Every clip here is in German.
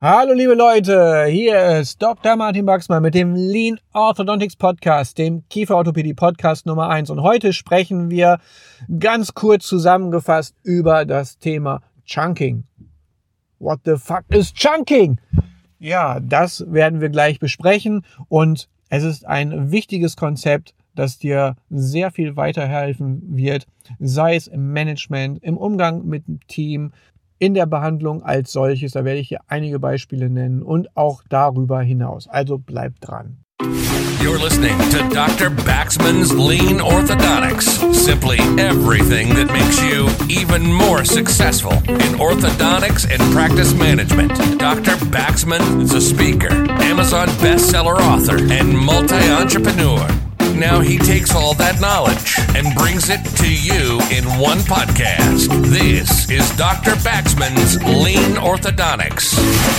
Hallo liebe Leute, hier ist Dr. Martin Baxmann mit dem Lean Orthodontics Podcast, dem Kieferorthopädie Podcast Nummer 1. Und heute sprechen wir ganz kurz zusammengefasst über das Thema Chunking. What the fuck is Chunking? Ja, das werden wir gleich besprechen und es ist ein wichtiges Konzept, das dir sehr viel weiterhelfen wird, sei es im Management, im Umgang mit dem Team, in der Behandlung als solches. Da werde ich hier einige Beispiele nennen und auch darüber hinaus. Also bleibt dran. You're listening to Dr. Baxman's Lean Orthodontics. Simply everything that makes you even more successful in orthodontics and practice management. Dr. Baxman is a speaker, Amazon bestseller author, and multi-entrepreneur. Now he takes all that knowledge and brings it to you in one podcast. This is Dr. Baxman's Lean Orthodontics.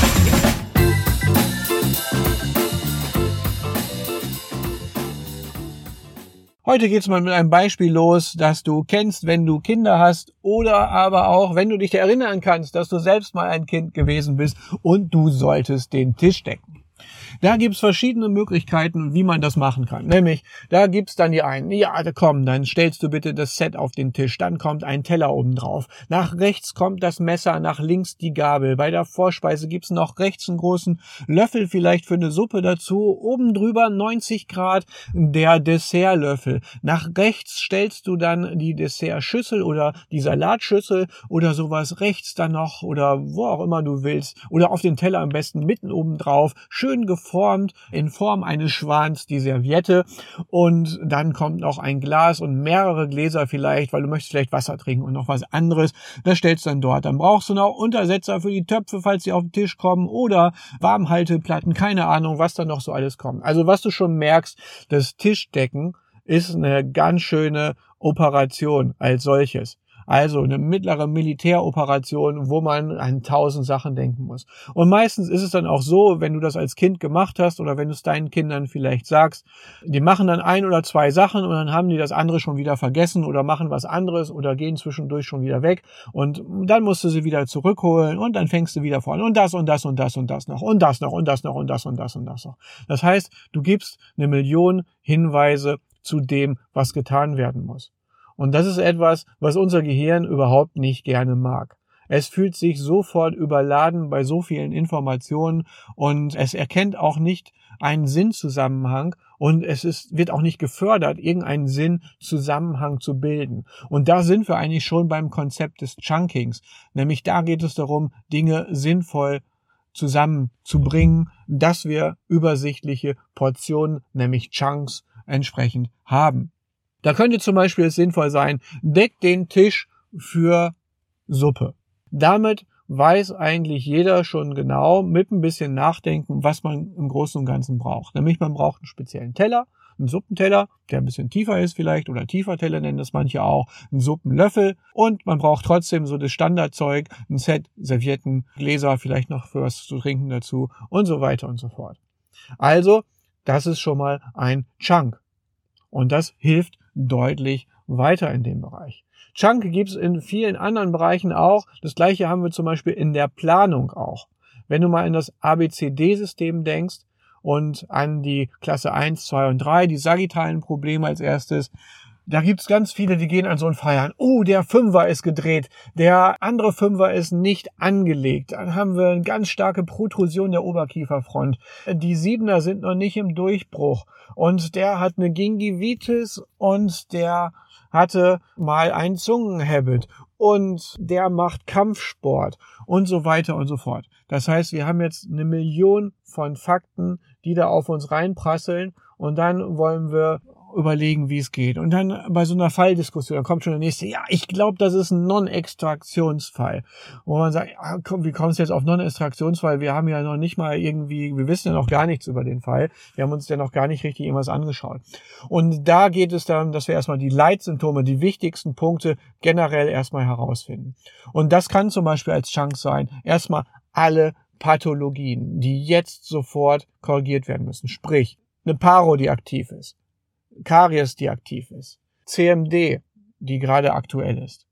Heute geht's mal mit einem Beispiel los, das du kennst, wenn du Kinder hast oder aber auch, wenn du dich erinnern kannst, dass du selbst mal ein Kind gewesen bist und du solltest den Tisch decken. Da gibt's verschiedene Möglichkeiten, wie man das machen kann. Nämlich, da gibt's dann die einen, ja, komm, dann stellst du bitte das Set auf den Tisch, dann kommt ein Teller oben drauf. Nach rechts kommt das Messer, nach links die Gabel. Bei der Vorspeise gibt's noch rechts einen großen Löffel vielleicht für eine Suppe dazu. Oben drüber 90 Grad der Dessertlöffel. Nach rechts stellst du dann die Dessertschüssel oder die Salatschüssel oder sowas rechts dann noch oder wo auch immer du willst. Oder auf den Teller am besten mitten oben drauf. Schön geformt, in Form eines Schwans, die Serviette, und dann kommt noch ein Glas und mehrere Gläser vielleicht, weil du möchtest vielleicht Wasser trinken und noch was anderes, das stellst du dann dort. Dann brauchst du noch Untersetzer für die Töpfe, falls sie auf den Tisch kommen, oder Warmhalteplatten, keine Ahnung, was da noch so alles kommt. Also was du schon merkst, das Tischdecken ist eine ganz schöne Operation als solches. Also eine mittlere Militäroperation, wo man an 1000 Sachen denken muss. Und meistens ist es dann auch so, wenn du das als Kind gemacht hast oder wenn du es deinen Kindern vielleicht sagst, die machen dann 1 oder 2 Sachen und dann haben die das andere schon wieder vergessen oder machen was anderes oder gehen zwischendurch schon wieder weg und dann musst du sie wieder zurückholen und dann fängst du wieder vorne und das und das und das und das noch und das noch und das noch und das und das und das noch. Das heißt, du gibst 1 Million Hinweise zu dem, was getan werden muss. Und das ist etwas, was unser Gehirn überhaupt nicht gerne mag. Es fühlt sich sofort überladen bei so vielen Informationen und es erkennt auch nicht einen Sinnzusammenhang und wird auch nicht gefördert, irgendeinen Sinnzusammenhang zu bilden. Und da sind wir eigentlich schon beim Konzept des Chunkings. Nämlich da geht es darum, Dinge sinnvoll zusammenzubringen, dass wir übersichtliche Portionen, nämlich Chunks, entsprechend haben. Da könnte zum Beispiel es sinnvoll sein, deck den Tisch für Suppe. Damit weiß eigentlich jeder schon genau, mit ein bisschen Nachdenken, was man im Großen und Ganzen braucht. Nämlich man braucht einen speziellen Teller, einen Suppenteller, der ein bisschen tiefer ist vielleicht, oder Tieferteller nennen das manche auch, einen Suppenlöffel, und man braucht trotzdem so das Standardzeug, ein Set, Servietten, Gläser, vielleicht noch für was zu trinken dazu und so weiter und so fort. Also, das ist schon mal ein Chunk. Und das hilft deutlich weiter in dem Bereich. Chunk gibt es in vielen anderen Bereichen auch. Das gleiche haben wir zum Beispiel in der Planung auch. Wenn du mal in das ABCD-System denkst und an die Klasse 1, 2 und 3, die sagittalen Probleme als erstes, da gibt's ganz viele, die gehen an so ein Feiern. Oh, der Fünfer ist gedreht, der andere Fünfer ist nicht angelegt. Dann haben wir eine ganz starke Protrusion der Oberkieferfront. Die Siebener sind noch nicht im Durchbruch. Und der hat eine Gingivitis und der hatte mal ein Zungenhabit und der macht Kampfsport und so weiter und so fort. Das heißt, wir haben jetzt 1 Million von Fakten, die da auf uns reinprasseln, und dann wollen wir überlegen, wie es geht. Und dann bei so einer Falldiskussion, dann kommt schon der nächste, ja, ich glaube, das ist ein Non-Extraktionsfall. Wo man sagt, ja, komm, wie kommst du jetzt auf Non-Extraktionsfall? Wir haben ja noch nicht mal irgendwie, wir wissen ja noch gar nichts über den Fall. Wir haben uns ja noch gar nicht richtig irgendwas angeschaut. Und da geht es darum, dass wir erstmal die Leitsymptome, die wichtigsten Punkte generell erstmal herausfinden. Und das kann zum Beispiel als Chunk sein, erstmal alle Pathologien, die jetzt sofort korrigiert werden müssen. Sprich, eine Paro, die aktiv ist, Karies, die aktiv ist, CMD, die gerade aktuell ist,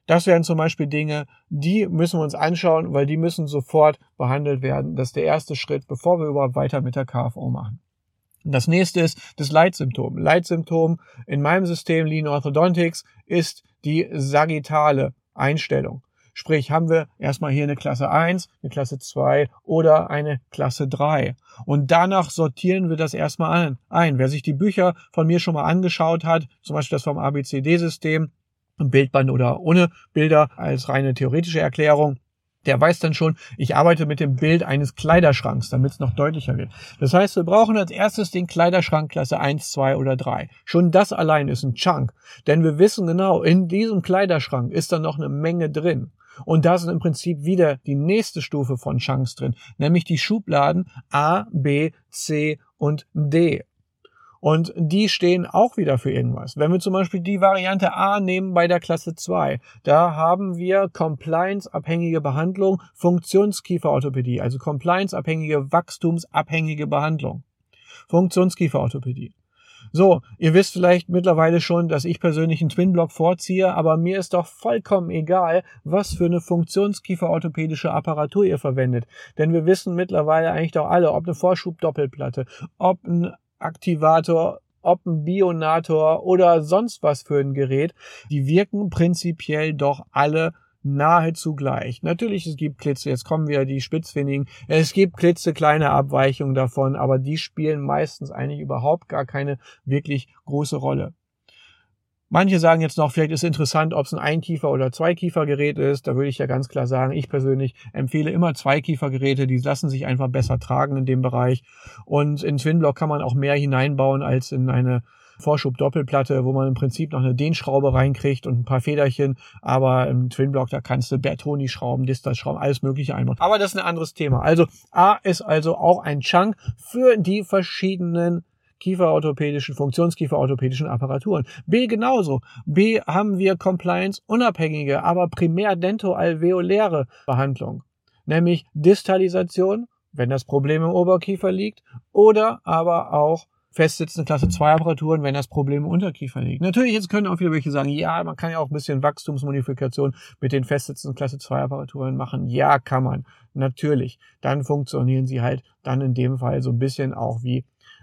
Das wären zum Beispiel Dinge, die müssen wir uns anschauen, weil die müssen sofort behandelt werden. Das ist der erste Schritt, bevor wir überhaupt weiter mit der KFO machen. Das nächste ist das Leitsymptom. Leitsymptom in meinem System Lean Orthodontics ist die sagittale Einstellung. Sprich, haben wir erstmal hier eine Klasse 1, eine Klasse 2 oder eine Klasse 3. Und danach sortieren wir das erstmal ein. Wer sich die Bücher von mir schon mal angeschaut hat, zum Beispiel das vom ABCD-System, Bildband oder ohne Bilder als reine theoretische Erklärung, der weiß dann schon, ich arbeite mit dem Bild eines Kleiderschranks, damit es noch deutlicher wird. Das heißt, wir brauchen als erstes den Kleiderschrank Klasse 1, 2 oder 3. Schon das allein ist ein Chunk. Denn wir wissen genau, in diesem Kleiderschrank ist da noch eine Menge drin. Und da sind im Prinzip wieder die nächste Stufe von Chunks drin, nämlich die Schubladen A, B, C und D. Und die stehen auch wieder für irgendwas. Wenn wir zum Beispiel die Variante A nehmen bei der Klasse 2, da haben wir Compliance-abhängige Behandlung, Funktionskieferorthopädie, also Compliance-abhängige, wachstumsabhängige Behandlung. Funktionskieferorthopädie. So, ihr wisst vielleicht mittlerweile schon, dass ich persönlich einen Twin-Block vorziehe, aber mir ist doch vollkommen egal, was für eine funktionskieferorthopädische Apparatur ihr verwendet. Denn wir wissen mittlerweile eigentlich doch alle, ob eine Vorschubdoppelplatte, ob ein Aktivator, ob ein Bionator oder sonst was für ein Gerät, die wirken prinzipiell doch alle nahezu gleich. Natürlich, es gibt jetzt kommen wieder die Spitzfindigen, es gibt klitzekleine Abweichungen davon, aber die spielen meistens eigentlich überhaupt gar keine wirklich große Rolle. Manche sagen jetzt noch, vielleicht ist interessant, ob es ein Einkiefer- oder Zweikiefergerät ist. Da würde ich ja ganz klar sagen, ich persönlich empfehle immer Zweikiefergeräte, die lassen sich einfach besser tragen in dem Bereich. Und in Twinblock kann man auch mehr hineinbauen als in eine Vorschub-Doppelplatte, wo man im Prinzip noch eine Dehnschraube reinkriegt und ein paar Federchen. Aber im Twinblock, da kannst du Bertoni-Schrauben, Distas-Schrauben, alles Mögliche einbauen. Aber das ist ein anderes Thema. Also A ist also auch ein Chunk für die verschiedenen funktionskieferorthopädischen Apparaturen. B genauso. B haben wir compliance-unabhängige, aber primär dentoalveoläre Behandlung. Nämlich Distalisation, wenn das Problem im Oberkiefer liegt, oder aber auch festsitzende Klasse 2 Apparaturen, wenn das Problem im Unterkiefer liegt. Natürlich, jetzt können auch wieder welche sagen, ja, man kann ja auch ein bisschen Wachstumsmodifikation mit den festsitzenden Klasse 2 Apparaturen machen. Ja, kann man. Natürlich. Dann funktionieren sie halt dann in dem Fall so ein bisschen auch wie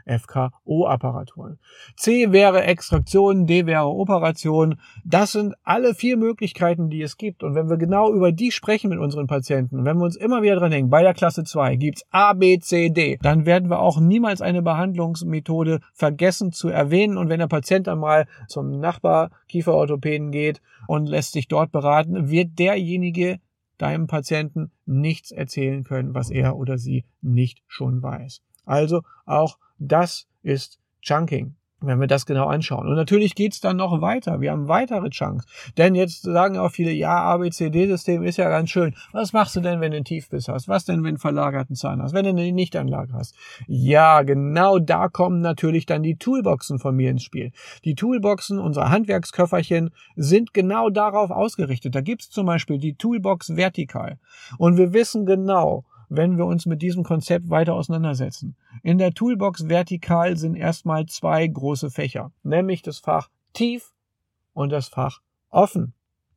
FKO-Apparaturen. C wäre Extraktion, D wäre Operation. Das sind alle 4 Möglichkeiten, die es gibt. Und wenn wir genau über die sprechen mit unseren Patienten, wenn wir uns immer wieder dran denken, bei der Klasse 2 gibt's A, B, C, D, dann werden wir auch niemals eine Behandlungsmethode vergessen zu erwähnen. Und wenn der Patient dann mal zum Nachbar-Kieferorthopäden geht und lässt sich dort beraten, wird derjenige deinem Patienten nichts erzählen können, was er oder sie nicht schon weiß. Also auch das ist Chunking, wenn wir das genau anschauen. Und natürlich geht's dann noch weiter. Wir haben weitere Chunks. Denn jetzt sagen auch viele, ja, ABCD-System ist ja ganz schön. Was machst du denn, wenn du einen Tiefbiss hast? Was denn, wenn du einen verlagerten Zahn hast? Wenn du eine Nichtanlage hast? Ja, genau da kommen natürlich dann die Toolboxen von mir ins Spiel. Die Toolboxen, unsere Handwerksköfferchen, sind genau darauf ausgerichtet. Da gibt's zum Beispiel die Toolbox vertikal. Und wir wissen genau, wenn wir uns mit diesem Konzept weiter auseinandersetzen. In der Toolbox vertikal sind erstmal 2 große Fächer, nämlich das Fach tief und das Fach offen.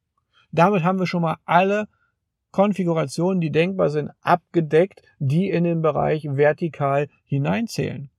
Damit haben wir schon mal alle Konfigurationen, die denkbar sind, abgedeckt, die in den Bereich vertikal hineinzählen.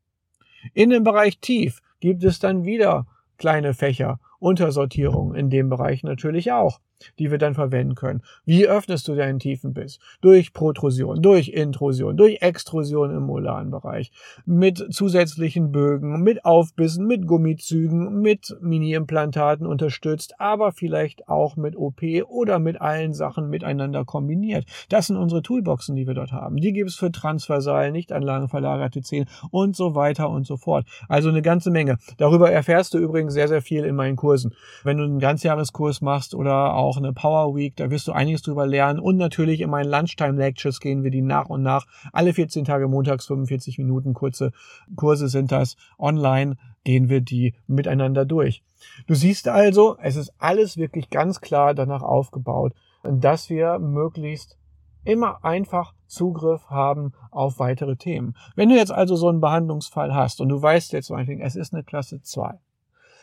In dem Bereich tief gibt es dann wieder kleine Fächer, Untersortierungen in dem Bereich natürlich auch, die wir dann verwenden können. Wie öffnest du deinen Tiefenbiss? Durch Protrusion, durch Intrusion, durch Extrusion im molaren Bereich, mit zusätzlichen Bögen, mit Aufbissen, mit Gummizügen, mit Mini-Implantaten unterstützt, aber vielleicht auch mit OP oder mit allen Sachen miteinander kombiniert. Das sind unsere Toolboxen, die wir dort haben. Die gibt es für transversal, Nichtanlagenverlagerte Zähne und so weiter und so fort. Also eine ganze Menge. Darüber erfährst du übrigens sehr, sehr viel in meinen Kursen. Wenn du einen Ganzjahreskurs machst oder auch eine Power Week, da wirst du einiges drüber lernen. Und natürlich in meinen Lunchtime Lectures gehen wir die nach und nach. Alle 14 Tage montags 45 Minuten kurze Kurse sind das. Online gehen wir die miteinander durch. Du siehst also, es ist alles wirklich ganz klar danach aufgebaut, dass wir möglichst immer einfach Zugriff haben auf weitere Themen. Wenn du jetzt also so einen Behandlungsfall hast und du weißt jetzt, es ist eine Klasse 2,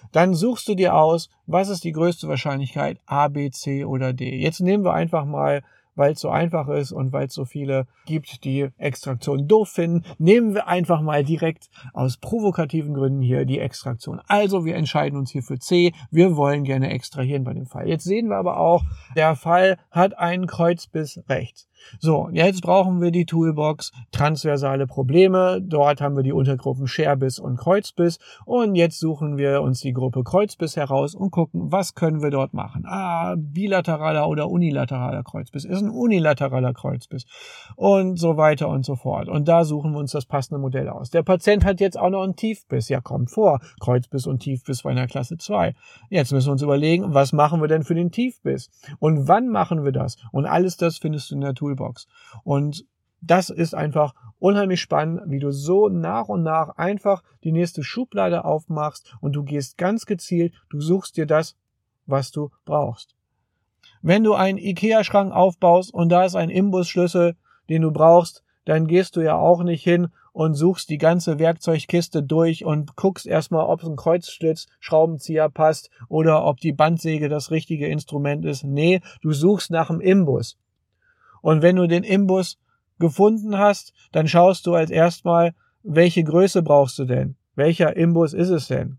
Dann suchst du dir aus, was ist die größte Wahrscheinlichkeit, A, B, C oder D. Jetzt nehmen wir einfach mal, weil es so einfach ist und weil es so viele gibt, die Extraktion doof finden, nehmen wir einfach mal direkt aus provokativen Gründen hier die Extraktion. Also wir entscheiden uns hier für C. Wir wollen gerne extrahieren bei dem Fall. Jetzt sehen wir aber auch, der Fall hat einen Kreuzbiss rechts. So, jetzt brauchen wir die Toolbox transversale Probleme. Dort haben wir die Untergruppen Scherbiss und Kreuzbiss. Und jetzt suchen wir uns die Gruppe Kreuzbiss heraus und gucken, was können wir dort machen. Bilateraler oder unilateraler Kreuzbiss ist ein unilateraler Kreuzbiss und so weiter und so fort. Und da suchen wir uns das passende Modell aus. Der Patient hat jetzt auch noch einen Tiefbiss. Ja, kommt vor. Kreuzbiss und Tiefbiss bei einer Klasse 2. Jetzt müssen wir uns überlegen, was machen wir denn für den Tiefbiss? Und wann machen wir das? Und alles das findest du in der Toolbox. Und das ist einfach unheimlich spannend, wie du so nach und nach einfach die nächste Schublade aufmachst und du gehst ganz gezielt, du suchst dir das, was du brauchst. Wenn du einen IKEA-Schrank aufbaust und da ist ein Imbusschlüssel, den du brauchst, dann gehst du ja auch nicht hin und suchst die ganze Werkzeugkiste durch und guckst erstmal, ob ein Kreuzschlitz, Schraubenzieher passt oder ob die Bandsäge das richtige Instrument ist. Nee, du suchst nach dem Imbus. Und wenn du den Imbus gefunden hast, dann schaust du als erstmal, welche Größe brauchst du denn? Welcher Imbus ist es denn?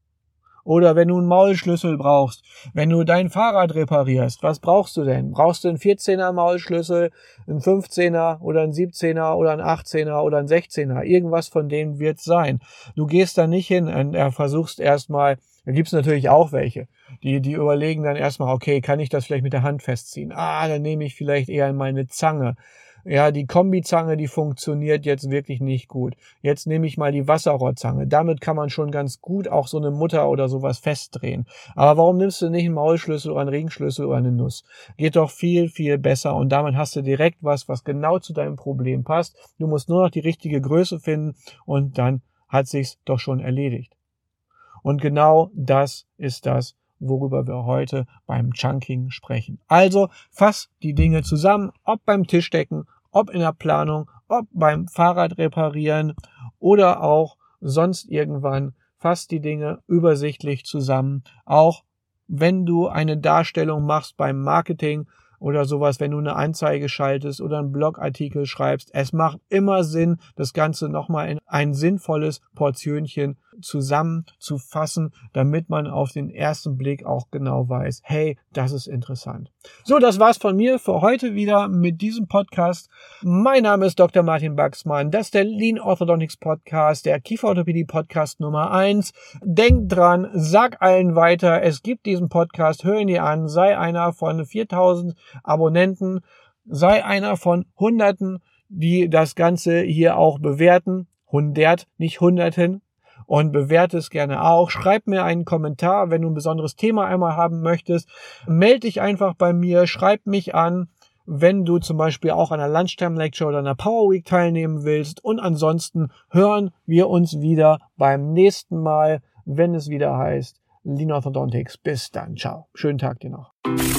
Oder wenn du einen Maulschlüssel brauchst, wenn du dein Fahrrad reparierst, was brauchst du denn? Brauchst du einen 14er Maulschlüssel, einen 15er oder einen 17er oder einen 18er oder einen 16er? Irgendwas von denen wird es sein. Du gehst da nicht hin und versuchst erstmal, da gibt's natürlich auch welche, die überlegen dann erstmal, okay, kann ich das vielleicht mit der Hand festziehen? Dann nehme ich vielleicht eher meine Zange. Ja, die Kombizange, die funktioniert jetzt wirklich nicht gut. Jetzt nehme ich mal die Wasserrohrzange. Damit kann man schon ganz gut auch so eine Mutter oder sowas festdrehen. Aber warum nimmst du nicht einen Maulschlüssel oder einen Ringschlüssel oder eine Nuss? Geht doch viel, viel besser und damit hast du direkt was genau zu deinem Problem passt. Du musst nur noch die richtige Größe finden und dann hat sich's doch schon erledigt. Und genau das ist das, worüber wir heute beim Chunking sprechen. Also fass die Dinge zusammen, ob beim Tischdecken, ob in der Planung, ob beim Fahrrad reparieren oder auch sonst irgendwann. Fass die Dinge übersichtlich zusammen. Auch wenn du eine Darstellung machst beim Marketing oder sowas, wenn du eine Anzeige schaltest oder einen Blogartikel schreibst. Es macht immer Sinn, das Ganze nochmal in ein sinnvolles Portionchen zusammenzufassen, damit man auf den ersten Blick auch genau weiß, hey, das ist interessant. So, das war's von mir für heute wieder mit diesem Podcast. Mein Name ist Dr. Martin Baxmann. Das ist der Lean Orthodontics Podcast, der Kieferorthopädie Podcast Nummer 1. Denk dran, sag allen weiter, es gibt diesen Podcast, hör ihn dir an, sei einer von 4000 Abonnenten, sei einer von Hunderten, die das Ganze hier auch bewerten. 100, nicht Hunderten. Und bewerte es gerne auch. Schreib mir einen Kommentar, wenn du ein besonderes Thema einmal haben möchtest. Meld dich einfach bei mir, schreib mich an, wenn du zum Beispiel auch an einer Lunchtime Lecture oder einer Power Week teilnehmen willst. Und ansonsten hören wir uns wieder beim nächsten Mal, wenn es wieder heißt Lean Orthodontics. Bis dann. Ciao. Schönen Tag dir noch.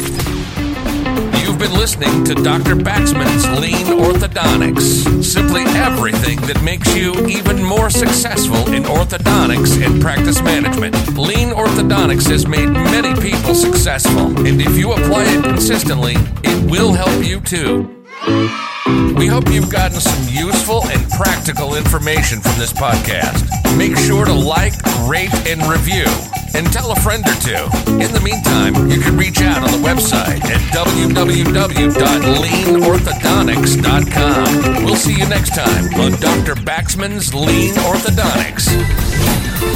You've been listening to Dr. Baxman's Lean Orthodontics. Simply everything that makes you even more successful in orthodontics and practice management. Lean Orthodontics has made many people successful, and if you apply it consistently, it will help you too. We hope you've gotten some useful and practical information from this podcast. Make sure to like, rate, and review. And tell a friend or two. In the meantime, you can reach out on the website at www.leanorthodontics.com. We'll see you next time on Dr. Baxman's Lean Orthodontics.